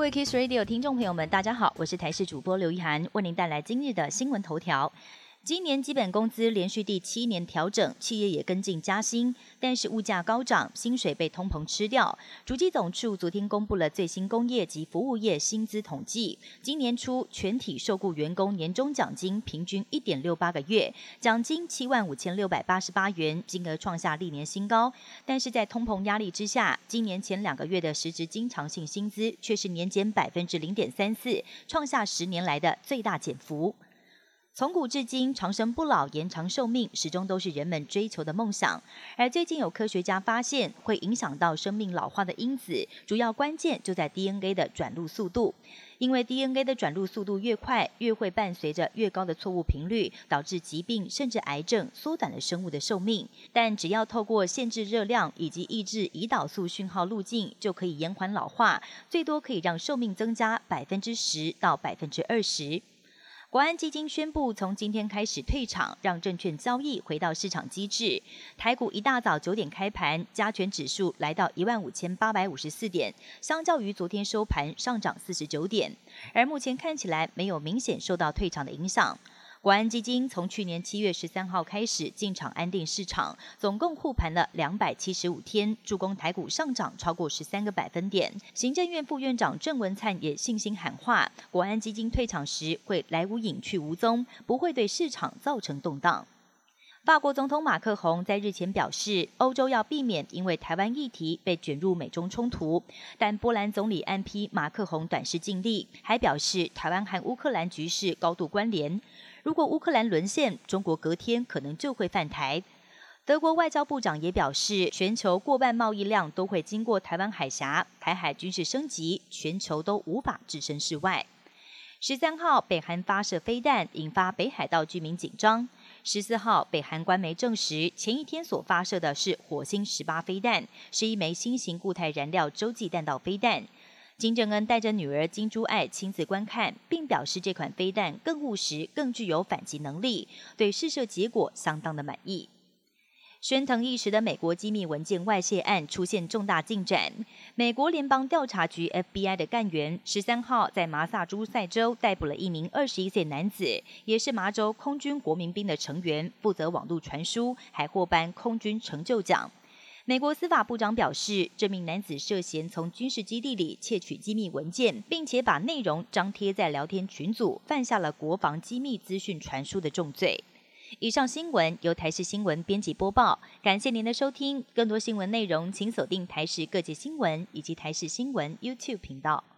位 Kiss Radio 听众朋友们，大家好，我是台视主播刘一涵，为您带来今日的新闻头条。今年基本工资连续第7年调整，企业也跟进加薪，但是物价高涨，薪水被通膨吃掉。主计总处昨天公布了最新工业及服务业薪资统计，今年初全体受雇员工年终奖金平均 1.68 个月，奖金75688元，金额创下历年新高。但是在通膨压力之下，今年前2个月的实质经常性薪资却是年减 0.34%， 创下10年来的最大减幅。从古至今，长生不老、延长寿命始终都是人们追求的梦想。而最近有科学家发现，会影响到生命老化的因子，主要关键就在 DNA 的转录速度。因为 DNA 的转录速度越快，越会伴随着越高的错误频率，导致疾病甚至癌症，缩短了生物的寿命。但只要透过限制热量以及抑制胰岛素讯号路径，就可以延缓老化，最多可以让寿命增加 10%到 20%。国安基金宣布，从今天开始退场，让证券交易回到市场机制。台股一大早9点开盘，加权指数来到15854点，相较于昨天收盘上涨49点。而目前看起来没有明显受到退场的影响。国安基金从去年7月13号开始进场安定市场，总共护盘了275天，助攻台股上涨超过13个百分点。行政院副院长郑文灿也信心喊话，国安基金退场时会来无影去无踪，不会对市场造成动荡。法国总统马克宏在日前表示，欧洲要避免因为台湾议题被卷入美中冲突，但波兰总理安批马克宏短视尽力，还表示台湾和乌克兰局势高度关联，如果乌克兰沦陷，中国隔天可能就会犯台。德国外交部长也表示，全球过半贸易量都会经过台湾海峡，台海军事升级，全球都无法置身事外。13号，北韩发射飞弹，引发北海道居民紧张。14号，北韩官媒证实，前一天所发射的是火星18飞弹，是一枚新型固态燃料洲际弹道飞弹。金正恩带着女儿金珠爱亲自观看，并表示这款飞弹更务实、更具有反击能力，对试射结果相当的满意。喧腾一时的美国机密文件外泄案出现重大进展。美国联邦调查局 FBI 的干员13号在麻萨诸塞州逮捕了一名21岁男子，也是麻州空军国民兵的成员，负责网络传输，还获颁空军成就奖。美国司法部长表示，这名男子涉嫌从军事基地里窃取机密文件，并且把内容张贴在聊天群组，犯下了国防机密资讯传输的重罪。以上新闻由台视新闻编辑播报，感谢您的收听。更多新闻内容，请锁定台视各界新闻以及台视新闻 YouTube 频道。